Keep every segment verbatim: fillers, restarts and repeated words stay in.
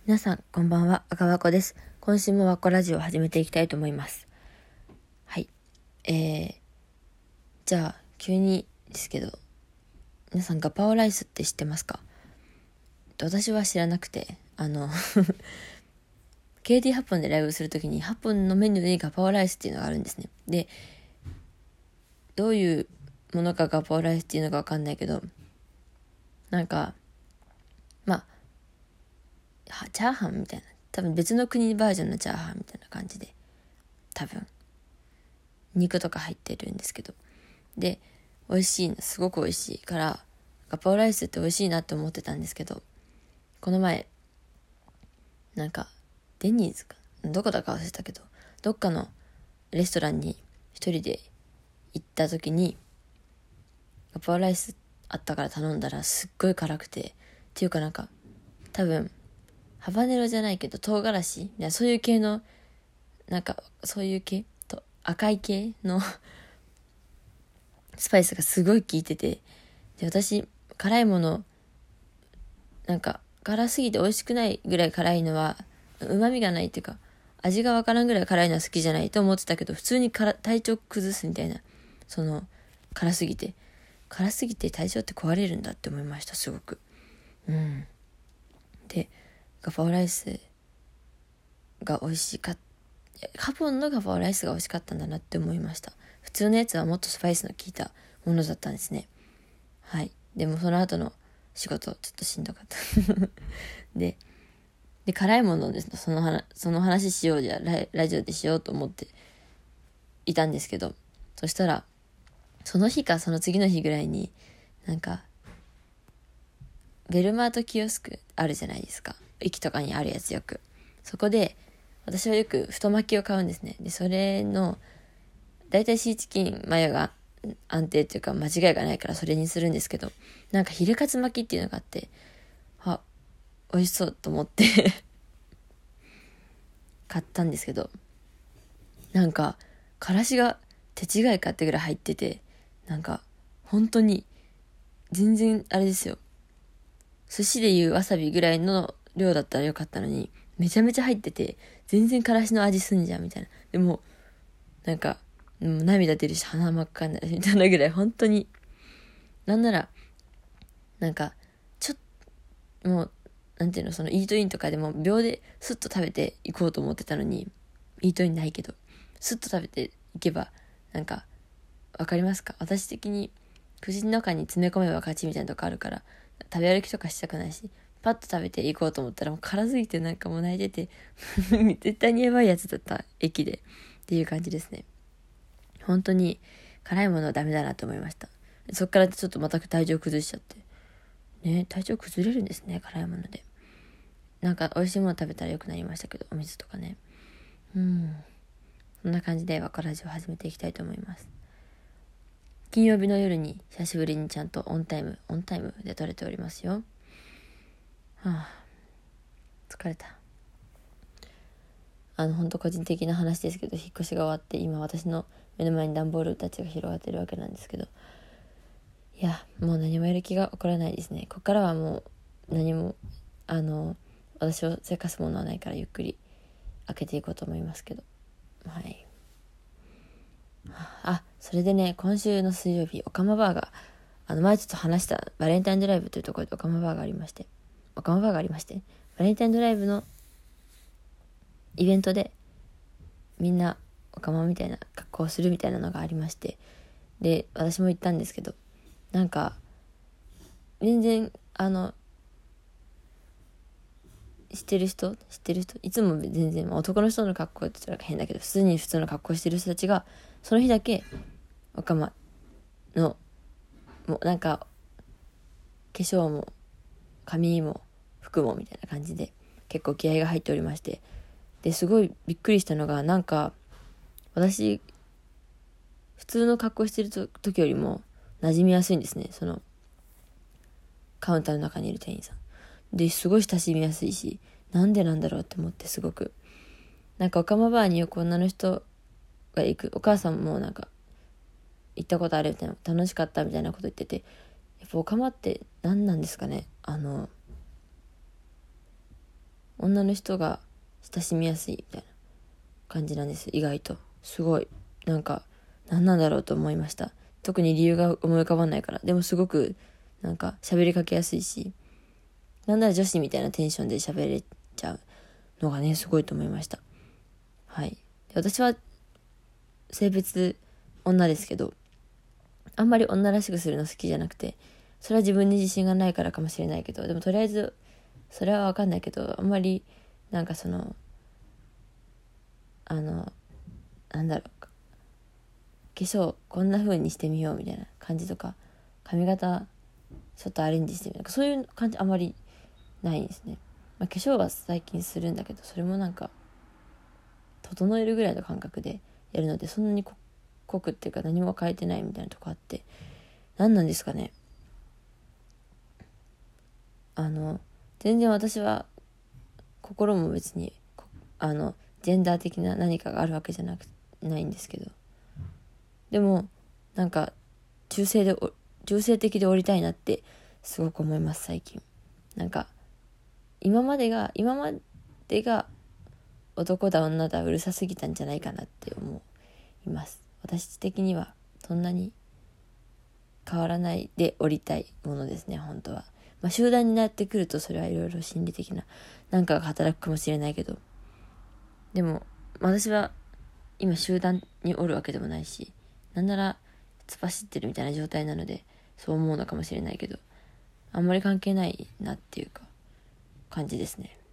皆さんこんばんは、赤和子です。今週も和子ラジオを始めていきたいと思います。はいえー、じゃあ急にですけど、皆さんガパオライスって知ってますか？私は知らなくて、あのケーティー ハポンでライブするときにハポンのメニューにガパオライスっていうのがあるんですね。で、どういうものかガパオライスっていうのかわかんないけど、なんかまあチャーハンみたいな、多分別の国バージョンのチャーハンみたいな感じで、多分肉とか入ってるんですけど、で美味しいの、すごく美味しいからガパオライスって美味しいなって思ってたんですけど、この前なんかデニーズかどこだか忘れたけど、どっかのレストランに一人で行った時にガパオライスあったから頼んだら、すっごい辛くて、っていうかなんか多分ハバネロじゃないけど唐辛子、いやそういう系の、なんかそういう系と赤い系のスパイスがすごい効いてて、で私辛いもの、なんか辛すぎて美味しくないぐらい辛いのは、旨味がないっていうか味がわからんぐらい辛いのは好きじゃないと思ってたけど、普通にから体調崩すみたいな、その辛すぎて辛すぎて体調って壊れるんだって思いました、すごく。うんでガパオライスが美味しかったカポンのガパオライスが美味しかったんだなって思いました。普通のやつはもっとスパイスの効いたものだったんですね。はいでもその後の仕事ちょっとしんどかったでで辛いものです、その話その話しようじゃララジオでしようと思っていたんですけど、そしたらその日かその次の日ぐらいに、なんかベルマートキオスクあるじゃないですか、駅とかにあるやつ、よくそこで私はよく太巻きを買うんですね。でそれのだいたいシーチキンマヨが安定っていうか間違いがないからそれにするんですけど、なんかヒレカツ巻きっていうのがあって、あ美味しそうと思って買ったんですけど、なんかからしが手違いかってぐらい入ってて、なんか本当に全然あれですよ、寿司でいうわさびぐらいの量だったらよかったのに、めちゃめちゃ入ってて全然からしの味すんじゃんみたいな。でもなんかもう涙出るし鼻真っ赤になるみたいなぐらい、本当になんならなんかちょっともうなんていうの、そのイートインとかでも秒でスッと食べていこうと思ってたのに、イートインないけどスッと食べていけば、なんかわかりますか、私的に口の中に詰め込めば勝ちみたいなとこあるから、食べ歩きとかしたくないし、パッと食べていこうと思ったらもう辛すぎてなんかもう泣いてて絶対にやばいやつだった、駅でっていう感じですね。本当に辛いものはダメだなと思いました。そっからちょっとまた体調崩しちゃってね、体調崩れるんですね、辛いもので。なんか美味しいもの食べたら良くなりましたけど、お水とかね。うんそんな感じでワコラジオを始めていきたいと思います。金曜日の夜に久しぶりにちゃんとオンタイムオンタイムで撮れておりますよ。はあ疲れた。あの本当個人的な話ですけど、引っ越しが終わって今私の目の前に段ボールたちが広がってるわけなんですけど、いやもう何もやる気が起こらないですね。ここからはもう何もあの私をせかすものはないから、ゆっくり開けていこうと思いますけど、はい。あそれでね、今週の水曜日オカマバーが、あの前ちょっと話したバレンタインドライブというところでオカマバーがありましてオカマバーがありましてバレンタインドライブのイベントでみんなオカマみたいな格好をするみたいなのがありまして、で私も行ったんですけど、なんか全然あの知ってる人知ってる人いつも全然男の人の格好って言ったら変だけど、普通に普通の格好してる人たちがその日だけオカマのもうなんか化粧も髪も服もみたいな感じで結構気合が入っておりまして、ですごいびっくりしたのが、なんか私普通の格好してる時よりも馴染みやすいんですね、そのカウンターの中にいる店員さんですごい親しみやすいし、なんでなんだろうって思って、すごくなんかオカマバーによく女の人が行く、お母さんもなんか行ったことあるみたいな、楽しかったみたいなこと言ってて、やっぱオカマって何なんですかね、あの女の人が親しみやすいみたいな感じなんです。意外とすごいなんか何なんだろうと思いました。特に理由が思い浮かばないから。でもすごくなんか喋りかけやすいし、なんなら女子みたいなテンションで喋れちゃうのがね、すごいと思いました。はい。私は性別女ですけど、あんまり女らしくするの好きじゃなくて、それは自分に自信がないからかもしれないけど、でもとりあえずそれは分かんないけど、あんまりなんかそのあのなんだろう、化粧こんな風にしてみようみたいな感じとか、髪型ちょっとアレンジしてみる、そういう感じあんまりないんですね。まあ、化粧は最近するんだけど、それもなんか整えるぐらいの感覚でやるので、そんなに濃くっていうか何も変えてないみたいなとこあって、何なんですかね。あの全然私は心も別にあのジェンダー的な何かがあるわけじゃなくないんですけど、でもなんか中性で中性的でおりたいなってすごく思います最近。なんか今までが今までが男だ女だうるさすぎたんじゃないかなって思います。私的にはそんなに変わらないでおりたいものですね、本当は。まあ、集団になってくるとそれはいろいろ心理的ななんかが働くかもしれないけど、でも私は今集団におるわけでもないし、なんなら突っ走ってるみたいな状態なのでそう思うのかもしれないけど、あんまり関係ないなっていうか感じですね。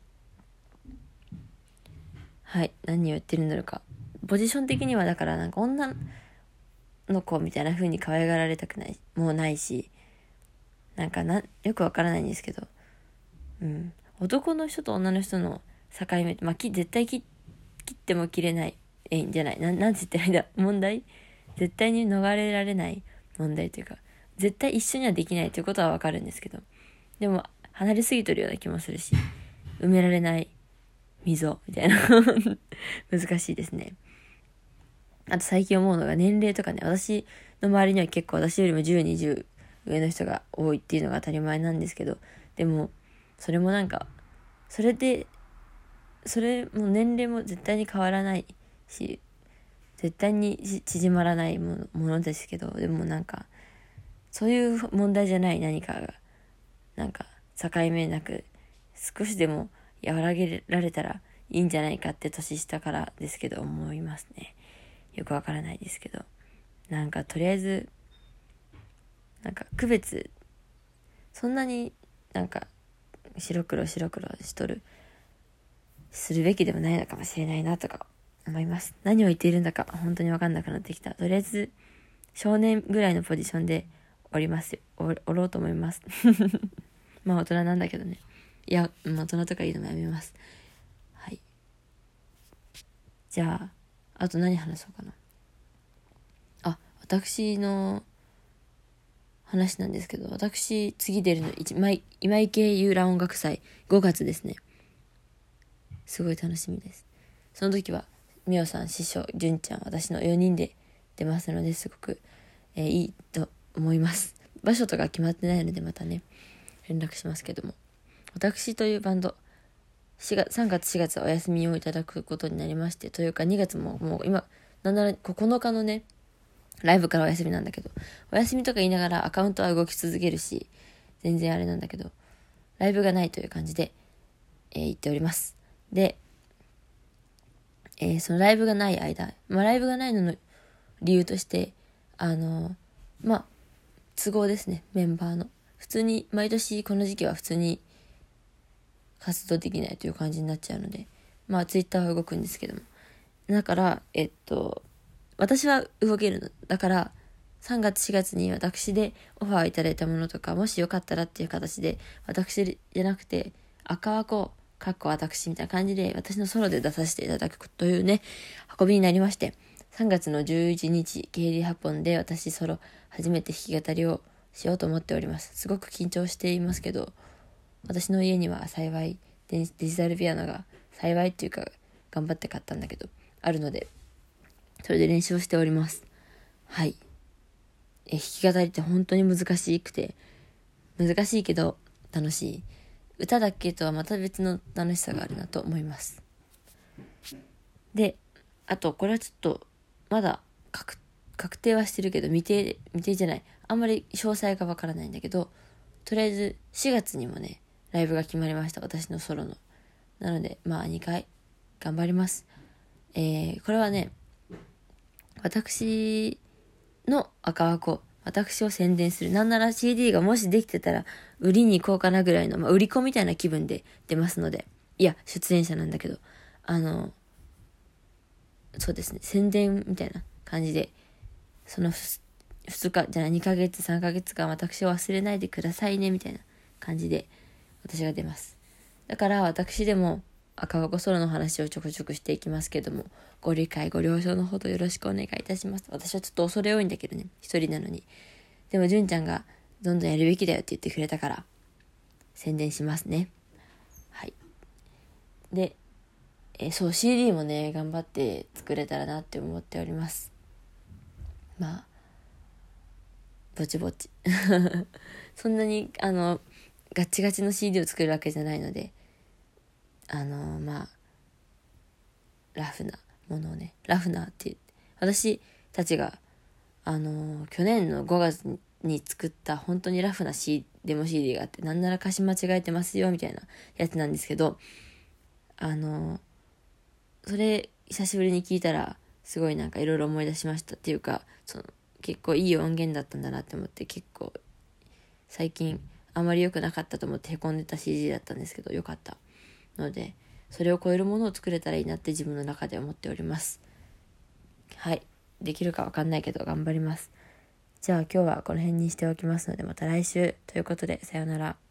はい、何を言ってるんだろうか。ポジション的にはだからなんか女の子みたいな風に可愛がられたくないもうないし、なんかなよくわからないんですけど、うん、男の人と女の人の境目って、まあ、き絶対切切っても切れないえんじゃないななんて言ってないんだ問題、絶対に逃れられない問題というか、絶対一緒にはできないということはわかるんですけど、でも離れすぎとるような気もするし、埋められない溝みたいな難しいですね。あと最近思うのが年齢とかね、私の周りには結構私よりもじゅう、にじゅう上の人が多いっていうのが当たり前なんですけど、でもそれもなんかそれでそれも年齢も絶対に変わらないし、絶対に縮まらないもの、ものですけど、でもなんかそういう問題じゃない何かがなんか境目なく少しでも和らげられたらいいんじゃないかって年下からですけど思いますね。よくわからないですけど、なんかとりあえずなんか区別そんなになんか白黒白黒しとるするべきでもないのかもしれないなとか思います。何を言っているんだか本当に分かんなくなってきた。とりあえず少年ぐらいのポジションでおりますよ お, おろうと思いますまあ大人なんだけどね。いや大人とか言うのもやめます。はい、じゃああと何話そうかな。あ、私の話なんですけど、私次出るの今池ユーラ音楽祭ごがつですね。すごい楽しみです。その時はみおさん、師匠、じゅんちゃん、私のよにんで出ますので、すごく、えー、いいと思います。場所とか決まってないのでまたね連絡しますけども、私というバンドしがつさんがつしがつはお休みをいただくことになりまして、というかにがつももう今なんならここのかのねライブからお休みなんだけど、お休みとか言いながらアカウントは動き続けるし全然あれなんだけど、ライブがないという感じで、えー、言っております。で、えー、そのライブがない間、まあライブがないのの理由としてあのまあ都合ですね、メンバーの普通に毎年この時期は普通に活動できないという感じになっちゃうので、まあツイッターは動くんですけども、だからえっと私は動けるのだから、さんがつしがつに私でオファーいただいたものとか、もしよかったらっていう形で私じゃなくて赤枠かっこ私みたいな感じで私のソロで出させていただくというね運びになりまして、さんがつのじゅういちにちケーディーはっぽんで私ソロ初めて弾き語りをしようと思っております。すごく緊張していますけど、私の家には幸いデジタルピアノが幸いっていうか頑張って買ったんだけどあるので、それで練習をしております。はい。え弾き語りって本当に難しくて難しいけど楽しい。 歌だけとはまた別の楽しさがあるなと思います。で、あとこれはちょっとまだ確確定はしてるけど未定未定じゃないあんまり詳細がわからないんだけど、とりあえずしがつにもねライブが決まりました、私のソロの。なのでまあにかい頑張ります。えー、これはね私の赤箱、私を宣伝する、なんなら シーディー がもしできてたら売りに行こうかなぐらいの、まあ、売り子みたいな気分で出ますので、いや出演者なんだけど、あのそうですね、宣伝みたいな感じで、そのふつかじゃあにかげつさんかげつかん私を忘れないでくださいねみたいな感じで私が出ます。だから私でも赤箱ソロの話をちょくちょくしていきますけども、ご理解ご了承のほどよろしくお願いいたします。私はちょっと恐れ多いんだけどね、一人なのに。でも純ちゃんがどんどんやるべきだよって言ってくれたから宣伝しますね。はい。で、えー、そう シーディー もね頑張って作れたらなって思っております。まあぼちぼちそんなにあのガチガチの シーディー を作るわけじゃないので、あのまあラフなものをね、ラフなって私たちがあの去年のごがつに作った本当にラフな C デモ シーディー があって、なんなら歌詞間違えてますよみたいなやつなんですけど、あのそれ久しぶりに聞いたらすごいなんかいろいろ思い出しましたっていうか、その結構いい音源だったんだなって思って、結構最近あまり良くなかったと思ってへこんでた シーディー だったんですけど、良かったのでそれを超えるものを作れたらいいなって自分の中で思っております。はい、できるかわかんないけど頑張ります。じゃあ今日はこの辺にしておきますので、また来週ということで、さようなら。